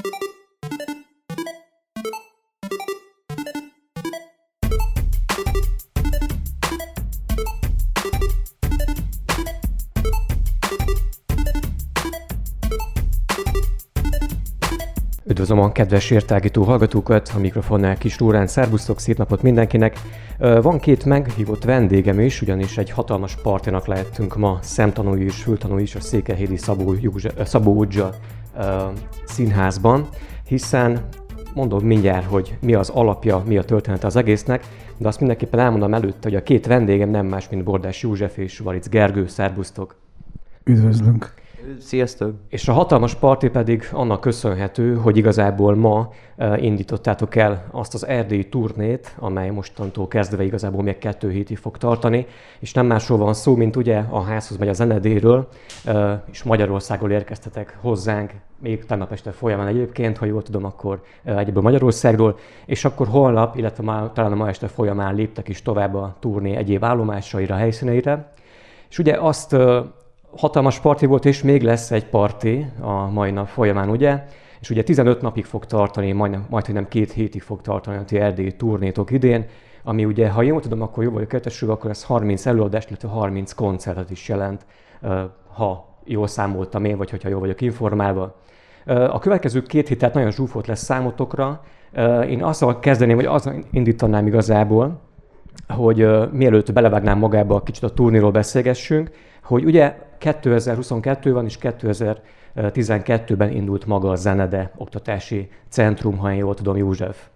Üdvözlöm a kedves értágító hallgatókat, a mikrofonnál Kis Lórán, szervusztok, szép napot mindenkinek! Van két meghívott vendégem is, ugyanis egy hatalmas partinak lehettünk ma szemtanúi és fültanúi is a székelyhídi Szabó Udzsa színházban, hiszen mondom mindjárt, hogy mi az alapja, mi a története az egésznek, de azt mindenképpen elmondom előtte, hogy a két vendégem nem más, mint Bordás József és Varic Gergő, szervusztok! Üdvözlünk! Sziasztok! És a hatalmas parti pedig annak köszönhető, hogy igazából ma indítottátok el azt az erdélyi turnét, amely mostantól kezdve igazából még 2 hétig fog tartani, és nem másról van szó, mint ugye a Házhoz megy a zenedéről, és Magyarországról érkeztetek hozzánk, még tegnap este folyamán egyébként, ha jól tudom, akkor egyből Magyarországról, és akkor holnap, illetve talán a ma este folyamán léptek is tovább a turné egyéb állomásaira, helyszíneire. És ugye azt hatalmas parti volt, és még lesz egy parti a mai nap folyamán, ugye? És ugye 15 napig fog tartani, majdnem 2 hétig fog tartani a ti erdélyi turnétok idén, ami ugye, ha jól tudom, akkor jó vagyok értesülve, akkor ez 30 előadást, illetve 30 koncertet is jelent, ha jól számoltam én, vagy hogyha jól vagyok informálva. A következő 2 hét tehát nagyon zsúfolt lesz számotokra. Én azzal kezdeném, hogy azzal indítanám igazából, hogy mielőtt belevágnám magába a kicsit a turnéról beszélgessünk, hogy ugye 2022 van, és 2012-ben indult maga a Zenede Oktatási Centrum, ha én jól tudom, József.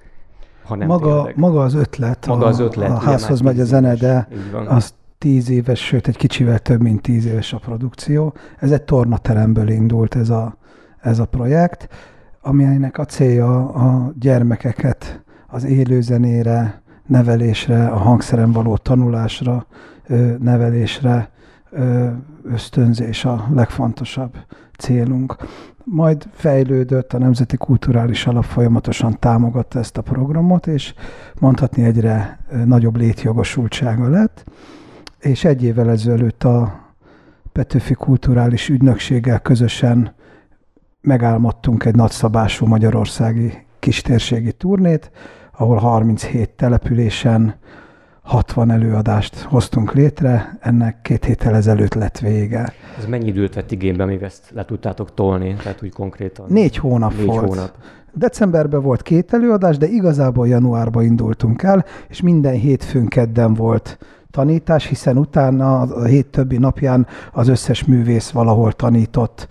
Maga az ötlet, a Házhoz megy a Zenede, az 10 éves, sőt egy kicsivel több, mint 10 éves a produkció. Ez egy tornateremből indult ez a projekt, aminek a célja a gyermekeket az élőzenére, nevelésre, a hangszeren való tanulásra, nevelésre ösztönzés a legfontosabb célunk. Majd fejlődött, a Nemzeti Kulturális Alap folyamatosan támogatta ezt a programot, és mondhatni egyre nagyobb létjogosultsága lett, és 1 évvel ezelőtt a Petőfi Kulturális Ügynökséggel közösen megálmodtunk egy nagyszabású magyarországi kistérségi turnét, ahol 37 településen 60 előadást hoztunk létre, ennek 2 héttel ezelőtt lett vége. Ez mennyi időt vett igénybe, amíg ezt le tudtátok tolni, tehát úgy konkrétan? 4 hónap volt. Decemberben volt 2 előadás, de igazából januárban indultunk el, és minden hétfőn, kedden volt tanítás, hiszen utána a hét többi napján az összes művész valahol tanított,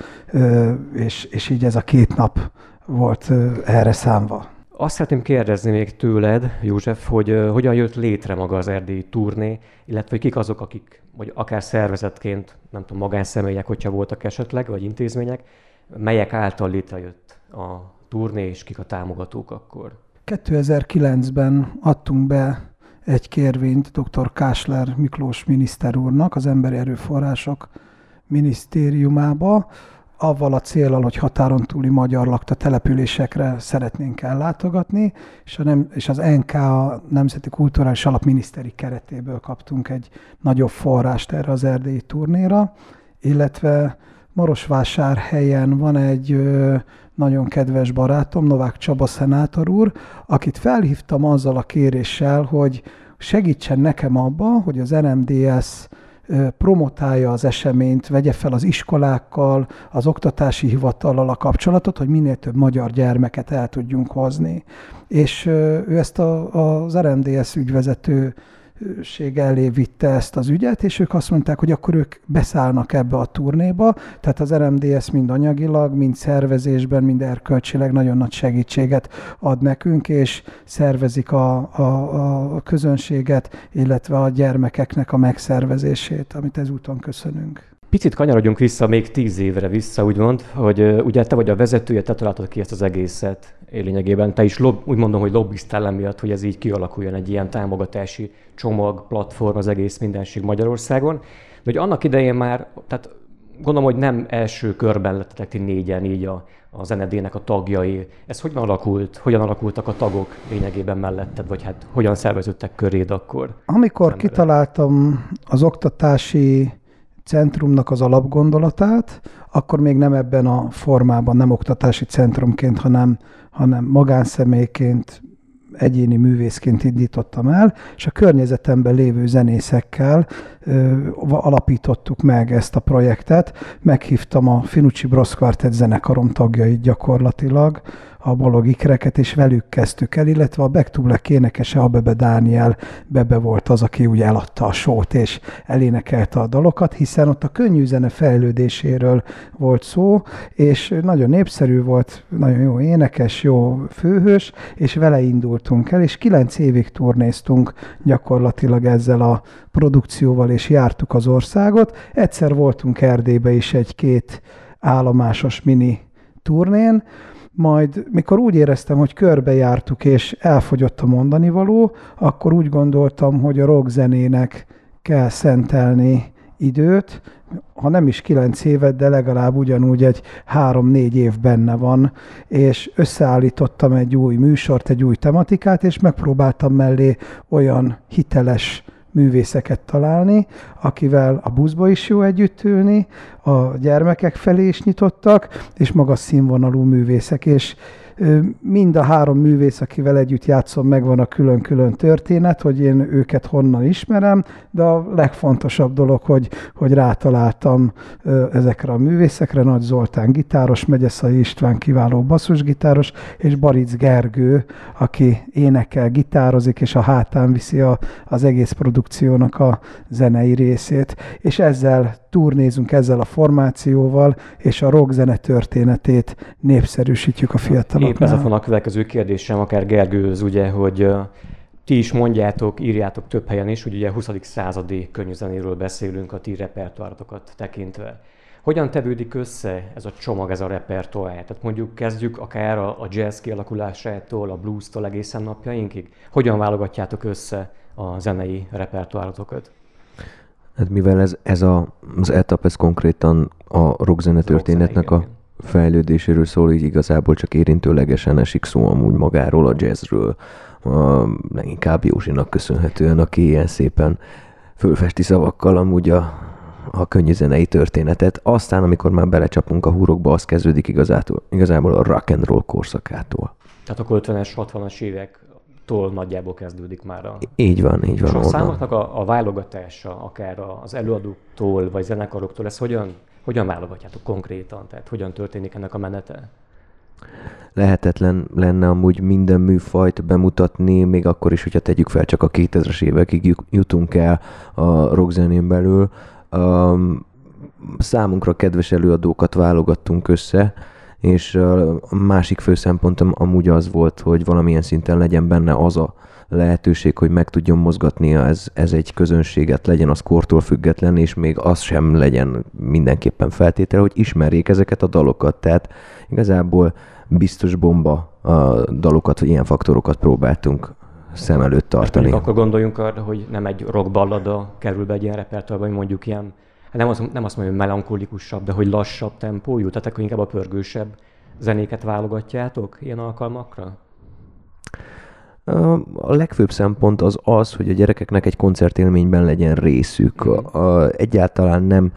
és így ez a 2 nap volt erre számva. Azt szeretném kérdezni még tőled, József, hogy hogyan jött létre maga az erdélyi turné, illetve hogy kik azok, akik, vagy akár szervezetként, nem tudom, magánszemélyek, hogyha voltak esetleg, vagy intézmények, melyek által létrejött a turné, és kik a támogatók akkor? 2009-ben adtunk be egy kérvényt dr. Kásler Miklós miniszter úrnak az Emberi Erőforrások Minisztériumába, avval a céllal, hogy határon túli magyar lakta településekre szeretnénk ellátogatni, és az NK, a Nemzeti Kulturális Alap miniszteri keretéből kaptunk egy nagyobb forrást erre az erdélyi turnéra, illetve Marosvásárhelyen van egy nagyon kedves barátom, Novák Csaba szenátor úr, akit felhívtam azzal a kéréssel, hogy segítsen nekem abban, hogy az RMDS promotálja az eseményt, vegye fel az iskolákkal, az oktatási hivatallal a kapcsolatot, hogy minél több magyar gyermeket el tudjunk hozni. És ő ezt az RMDS ügyvezetőség elé vitte ezt az ügyet, és ők azt mondták, hogy akkor ők beszállnak ebbe a turnéba, tehát az RMDS mind anyagilag, mind szervezésben, mind erkölcsileg nagyon nagy segítséget ad nekünk, és szervezik a közönséget, illetve a gyermekeknek a megszervezését, amit ezúton köszönünk. Picit kanyarodjunk vissza, még 10 évre vissza, úgymond, hogy ugye te vagy a vezetője, te találtad ki ezt az egészet lényegében. Te is úgy mondom, hogy lobbiztál emiatt, hogy ez így kialakuljon egy ilyen támogatási csomag, platform, az egész mindenség Magyarországon. De hogy annak idején már, tehát gondolom, hogy nem első körben lettetek ti 4-en így a zenedének a tagjai. Ez hogyan alakult? Hogyan alakultak a tagok lényegében melletted, vagy hát hogyan szerveződtek köréd akkor? Amikor kitaláltam az oktatási centrumnak az alapgondolatát, akkor még nem ebben a formában, nem oktatási centrumként, hanem magánszemélyként, egyéni művészként indítottam el, és a környezetemben lévő zenészekkel alapítottuk meg ezt a projektet. Meghívtam a Finucci Bros Quartet zenekarom tagjait gyakorlatilag, a Balog ikreket, és velük kezdtük el, illetve a Back to Black énekese, Abebe Dániel Bebe volt az, aki úgy eladta a sót, és elénekelte a dalokat, hiszen ott a könnyű zene fejlődéséről volt szó, és nagyon népszerű volt, nagyon jó énekes, jó főhős, és vele indultunk el, és 9 évig turnéztunk gyakorlatilag ezzel a produkcióval, és jártuk az országot. Egyszer voltunk Erdélybe is egy-két állomásos mini turnén, majd mikor úgy éreztem, hogy körbejártuk, és elfogyott a mondanivaló, akkor úgy gondoltam, hogy a rockzenének kell szentelni időt, ha nem is 9 évet, de legalább ugyanúgy egy 3-4 év benne van, és összeállítottam egy új műsort, egy új tematikát, és megpróbáltam mellé olyan hiteles művészeket találni, akivel a buszba is jó együtt ülni, a gyermekek felé is nyitottak, és magas színvonalú művészek, és mind a 3 művész, akivel együtt játszom, megvan a külön-külön történet, hogy én őket honnan ismerem, de a legfontosabb dolog, hogy rátaláltam ezekre a művészekre, Nagy Zoltán gitáros, Megyeszai István kiváló basszusgitáros, és Baric Gergő, aki énekel, gitározik, és a hátán viszi az egész produkciónak a zenei részét. És ezzel turnézunk, ezzel a formációval, és a rockzene történetét népszerűsítjük a fiataloknál. Épp ez a következő kérdésem, akár Gergőhöz, ugye, hogy ti is mondjátok, írjátok több helyen is, hogy ugye 20. századi könnyűzenéről beszélünk a ti repertoáratokat tekintve. Hogyan tevődik össze ez a csomag, ez a repertoár? Tehát mondjuk kezdjük akár a jazz kialakulásától, a blues-tól egészen napjainkig. Hogyan válogatjátok össze a zenei repertoáratokat? Hát mivel ez az etap, ez konkrétan a rockzene történetnek a fejlődéséről szól, így igazából csak érintőlegesen esik szó amúgy magáról, a jazzről, leginkább Józsinak köszönhetően, aki ilyen szépen fölfesti szavakkal amúgy a könnyűzenei történetet. Aztán, amikor már belecsapunk a húrokba, az kezdődik igazából a rock and roll korszakától. Tehát akkor 50-es, 60-as évektől nagyjából kezdődik már a... Így van. És a számoknak a válogatása, akár az előadóktól, vagy zenekaroktól, ezt hogyan válogatjátok konkrétan? Tehát hogyan történik ennek a menete? Lehetetlen lenne amúgy minden műfajt bemutatni, még akkor is, hogyha tegyük fel, csak a 2000-es évekig jutunk el a rockzenén belül. Számunkra kedves előadókat válogattunk össze, és a másik fő szempontom amúgy az volt, hogy valamilyen szinten legyen benne az a lehetőség, hogy meg tudjon mozgatnia ez egy közönséget, legyen az kortól független, és még az sem legyen mindenképpen feltétel, hogy ismerjék ezeket a dalokat. Tehát igazából biztos bomba a dalokat, vagy ilyen faktorokat próbáltunk szem előtt tartani. Akkor gondoljunk arra, hogy nem egy rockballada kerül be egy ilyen repertoárba, hogy mondjuk ilyen, nem azt mondom, hogy melankolikusabb, de hogy lassabb tempójú, tehát akkor inkább a pörgősebb zenéket válogatjátok ilyen alkalmakra? A legfőbb szempont az, hogy a gyerekeknek egy koncertélményben legyen részük. Egyáltalán nem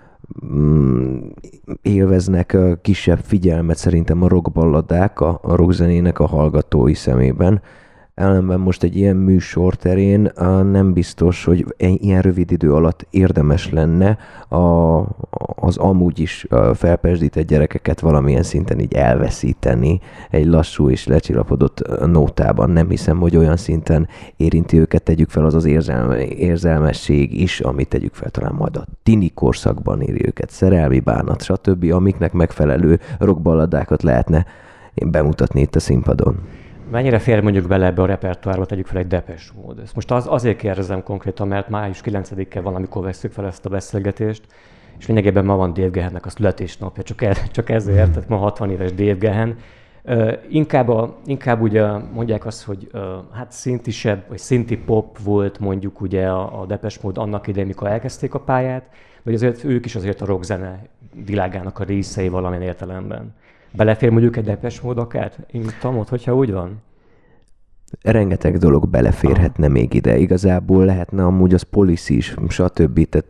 élveznek kisebb figyelmet szerintem a rockballadák a rockzenének a hallgatói szemében. Ellenben most egy ilyen műsor terén nem biztos, hogy ilyen rövid idő alatt érdemes lenne az amúgy is felpesdített gyerekeket valamilyen szinten így elveszíteni egy lassú és lecsillapodott nótában. Nem hiszem, hogy olyan szinten érinti őket, tegyük fel az érzelmesség is, amit tegyük fel talán majd a tini korszakban éri őket, szerelmi bánat, stb., amiknek megfelelő rockballadákat lehetne bemutatni itt a színpadon. Mennyire fér mondjuk bele ebbe a repertoárba, tegyük fel egy Depeche Mode? Ezt most azért kérdezem konkrétan, mert május 9-e van, amikor veszük fel ezt a beszélgetést, és lényegében ma van Dave Gahannek a születésnapja, csak ezért, tehát ma 60 éves Dave Gahan. Inkább ugye mondják azt, hogy hát szintisebb, vagy szinti pop volt mondjuk ugye a Depeche Mode annak idején, mikor elkezdték a pályát, vagy azért ők is azért a rockzene világának a részei valamilyen értelemben. Belefér mondjuk egy Depeche Mode akár? Tamod, hogyha úgy van? Rengeteg dolog beleférhetne még ide. Igazából lehetne amúgy az Police is, stb. Tehát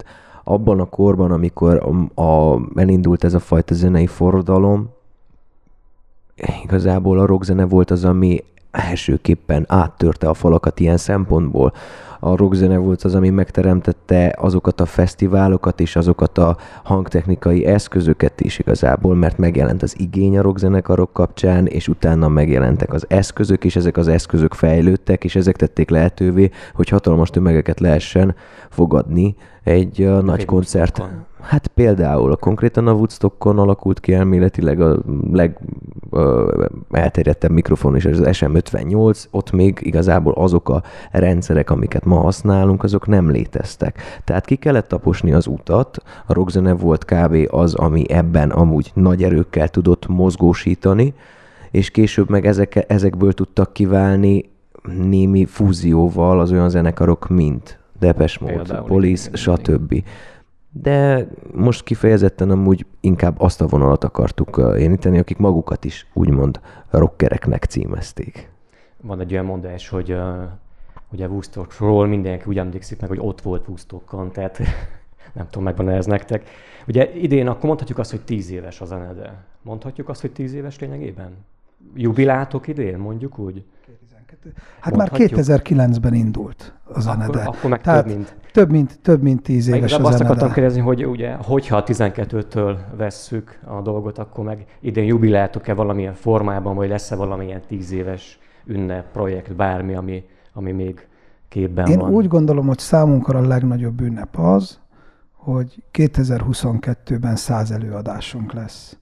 abban a korban, amikor elindult ez a fajta zenei forradalom, igazából a rockzene volt az, ami elsőképpen áttörte a falakat ilyen szempontból. A rockzene volt az, ami megteremtette azokat a fesztiválokat és azokat a hangtechnikai eszközöket is igazából, mert megjelent az igény a rockzenekarok kapcsán, és utána megjelentek az eszközök, és ezek az eszközök fejlődtek, és ezek tették lehetővé, hogy hatalmas tömegeket lehessen fogadni egy nagy koncert. Hát például konkrétan a Woodstockon alakult ki elméletileg a elterjedtebb mikrofon is, az SM58, ott még igazából azok a rendszerek, amiket ma használunk, azok nem léteztek. Tehát ki kellett taposni az utat, a rockzene volt kb. Az, ami ebben amúgy nagy erőkkel tudott mozgósítani, és később meg ezekből tudtak kiválni némi fúzióval az olyan zenekarok, mint Depeche Mode, Police, stb. De most kifejezetten amúgy inkább azt a vonalat akartuk érinteni, akik magukat is úgymond rockereknek címezték. Van egy olyan mondás, hogy ugye Woodstockról mindenki úgy emlékszik meg, hogy ott volt Woodstockon, tehát nem tudom, megvan ez nektek. Ugye idén akkor mondhatjuk azt, hogy 10 éves a zene, de mondhatjuk azt, hogy 10 éves lényegében? Jubiláltok idén, mondjuk úgy? 2012. Hát mondhatjuk? Már 2009-ben indult a zenede. Akkor meg tehát több mint 10 éves a zenede. Azt akartam kérdezni, hogy ugye, hogyha a 12-től vesszük a dolgot, akkor meg idén jubiláltok-e valamilyen formában, vagy lesz-e valamilyen 10 éves ünnep, projekt, bármi, ami még képben van? Én úgy gondolom, hogy számunkra a legnagyobb ünnep az, hogy 2022-ben 100 előadásunk lesz.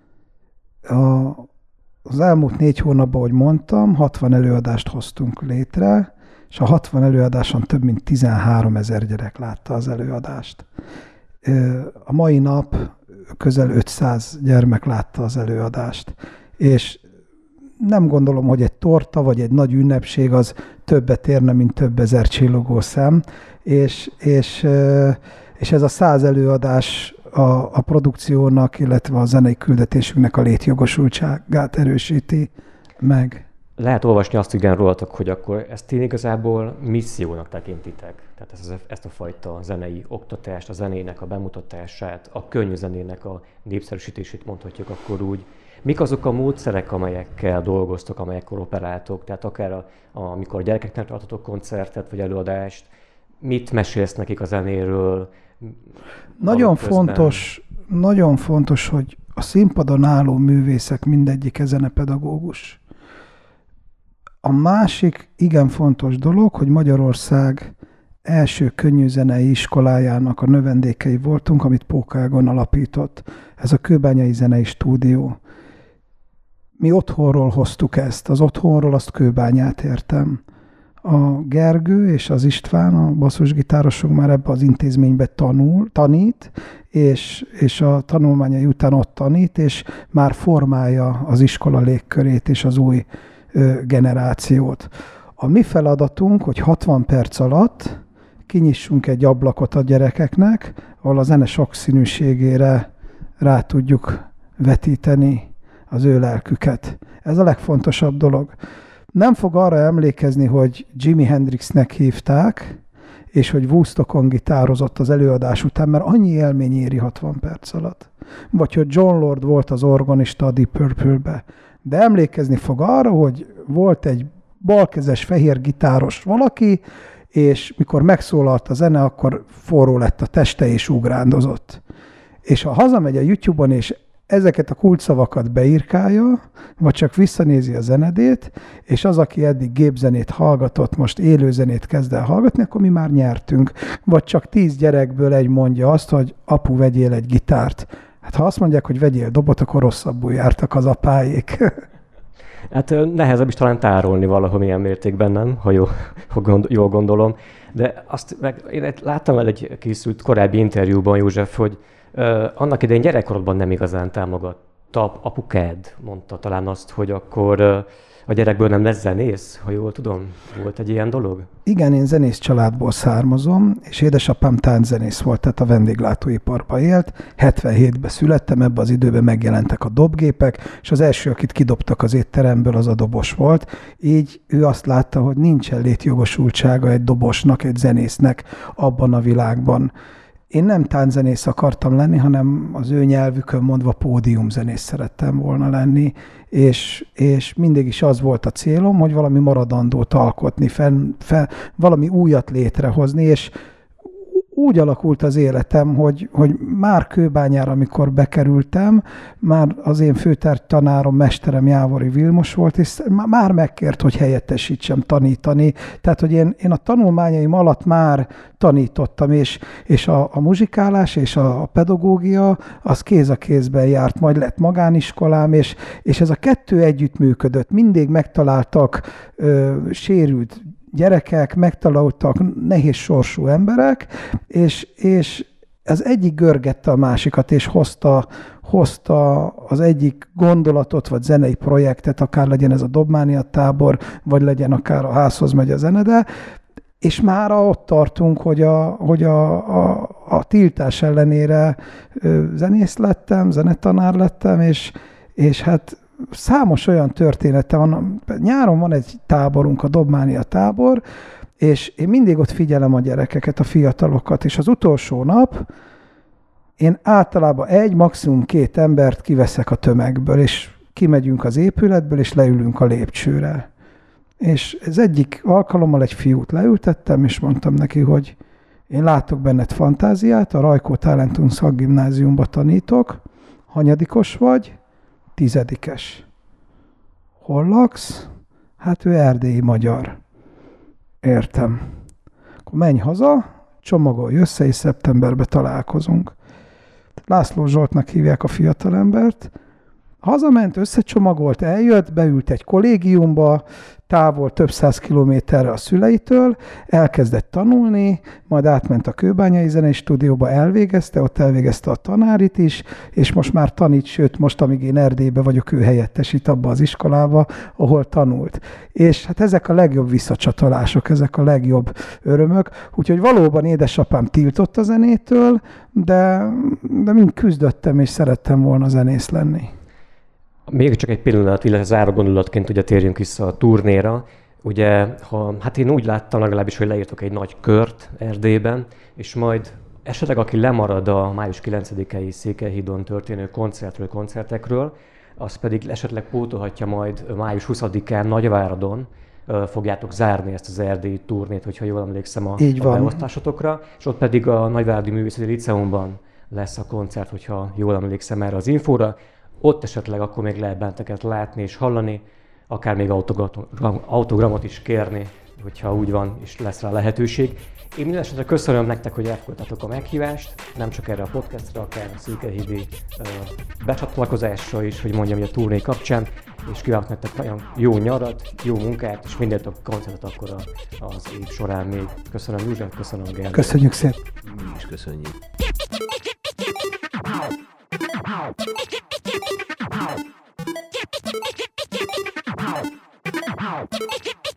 Az elmúlt 4 hónapban, ahogy mondtam, 60 előadást hoztunk létre, és a 60 előadáson több mint 13 000 gyerek látta az előadást. A mai nap közel 500 gyermek látta az előadást, és nem gondolom, hogy egy torta vagy egy nagy ünnepség az többet érne, mint több ezer csillogó szem, és ez a 100 előadás a produkciónak, illetve a zenei küldetésünknek a létjogosultságát erősíti meg. Lehet olvasni azt igen rólatok, hogy akkor ezt ti igazából missziónak tekintitek. Tehát ezt a fajta zenei oktatást, a zenének a bemutatását, a könnyű zenének a népszerűsítését mondhatjuk akkor úgy. Mik azok a módszerek, amelyekkel dolgoztok, amelyekkel operáltok? Tehát akár amikor gyerekeknek tartotok koncertet vagy előadást, mit mesélsz nekik a zenéről? Nagyon fontos, hogy a színpadon álló művészek mindegyike zenepedagógus. A másik igen fontos dolog, hogy Magyarország első könnyűzenei iskolájának a növendékei voltunk, amit Pókágon alapított. Ez a Kőbányai Zenei Stúdió. Mi otthonról hoztuk ezt. Az otthonról azt Kőbányát értem. A Gergő és az István, a basszusgitárosunk már ebbe az intézménybe tanít, és a tanulmányai után ott tanít, és már formálja az iskola légkörét és az új generációt. A mi feladatunk, hogy 60 perc alatt kinyissunk egy ablakot a gyerekeknek, ahol a zene sokszínűségére rá tudjuk vetíteni az ő lelküket. Ez a legfontosabb dolog. Nem fog arra emlékezni, hogy Jimi Hendrixnek hívták, és hogy Woodstockon gitározott az előadás után, mert annyi élmény éri 60 perc alatt. Vagy hogy John Lord volt az orgonista a Deep Purple-be. De emlékezni fog arra, hogy volt egy balkezes fehér gitáros valaki, és mikor megszólalt a zene, akkor forró lett a teste, és ugrándozott. És ha hazamegy a YouTube-on, és ezeket a kulcsszavakat beírkálja, vagy csak visszanézi a zenedét, és az, aki eddig gépzenét hallgatott, most élőzenét kezd el hallgatni, akkor mi már nyertünk. Vagy csak 10 gyerekből egy mondja azt, hogy apu, vegyél egy gitárt. Hát ha azt mondják, hogy vegyél dobot, akkor rosszabbul jártak az apáék. Hát nehezebb is talán tárolni valahol milyen mértékben, nem? Ha jól gondolom. De azt én láttam el egy készült korábbi interjúban, József, hogy annak idején gyerekkorodban nem igazán támogatta apukád, mondta talán azt, hogy akkor a gyerekből nem lesz zenész, ha jól tudom. Volt egy ilyen dolog? Igen, én zenész családból származom, és édesapám tánczenész volt, tehát a vendéglátóiparban élt. 77-ben születtem, ebben az időben megjelentek a dobgépek, és az első, akit kidobtak az étteremből, az a dobos volt. Így ő azt látta, hogy nincsen létjogosultsága egy dobosnak, egy zenésznek abban a világban. én nem tánczenész akartam lenni, hanem az ő nyelvükön mondva pódiumzenész szerettem volna lenni, és mindig is az volt a célom, hogy valami maradandót alkotni, valami újat létrehozni, és úgy alakult az életem, hogy már Kőbányára, amikor bekerültem, már az én főtanárom, mesterem Jávori Vilmos volt, és már megkért, hogy helyettesítsem tanítani. Tehát, hogy én a tanulmányaim alatt már tanítottam, és a muzsikálás és a pedagógia az kéz a kézben járt, majd lett magániskolám, és ez a kettő együtt működött. Mindig megtaláltak sérült gyerekek, megtaláltak nehéz sorsú emberek, és az egyik görgette a másikat, és hozta az egyik gondolatot, vagy zenei projektet, akár legyen ez a Dobmánia tábor, vagy legyen akár a Házhoz megy a zenede, és már ott tartunk, hogy a tiltás ellenére zenész lettem, zenetanár lettem, és hát számos olyan története van. Nyáron van egy táborunk, a Dobmánia tábor, és én mindig ott figyelem a gyerekeket, a fiatalokat, és az utolsó nap én általában maximum 2 embert kiveszek a tömegből, és kimegyünk az épületből, és leülünk a lépcsőre. És ez egyik alkalommal egy fiút leültettem, és mondtam neki, hogy én látok benned fantáziát, a Rajkó Talentum Szakgimnáziumba tanítok, hanyadikos vagy? 10-es. Hol laksz? Hát ő erdélyi magyar. Értem. Akkor menj haza, csomagolj össze, és szeptemberben találkozunk. László Zsoltnak hívják a fiatalembert. Hazament, összecsomagolt, eljött, beült egy kollégiumba, távol több 100 kilométerre a szüleitől, elkezdett tanulni, majd átment a Kőbányai Zenei Stúdióba, elvégezte, ott elvégezte a tanárit is, és most már tanít, sőt, most, amíg én Erdélybe vagyok, ő helyettesít abba az iskolába, ahol tanult. És hát ezek a legjobb visszacsatolások, ezek a legjobb örömök, úgyhogy valóban édesapám tiltott a zenétől, de mind küzdöttem, és szerettem volna zenész lenni. Még csak egy pillanat, illetve záró gondolatként ugye térjünk vissza a turnéra. Ugye, hát én úgy láttam legalábbis, hogy leírtok egy nagy kört Erdélyben, és majd esetleg aki lemarad a május 9-i Székelyhídon történő koncertekről, az pedig esetleg pótolhatja majd május 20-án Nagyváradon, fogjátok zárni ezt az erdélyi turnét, hogyha jól emlékszem a beosztásotokra, és ott pedig a Nagyváradi Művészeti Liceumban lesz a koncert, hogyha jól emlékszem erre az infóra. Ott esetleg akkor még lehet benneteket látni és hallani, akár még autogramot is kérni, hogyha úgy van, és lesz rá lehetőség. Én minden esetre köszönöm nektek, hogy elfogadtátok a meghívást, nem csak erre a podcastra, akár a székelyhídi becsatlakozásra is, hogy mondjam, hogy a turné kapcsán, és kívánok nektek nagyon jó nyarat, jó munkát, és mindent a koncertet akkor az év során még. Köszönöm József, köszönöm Gergely. Köszönjük szépen. Mi is köszönjük. Ow.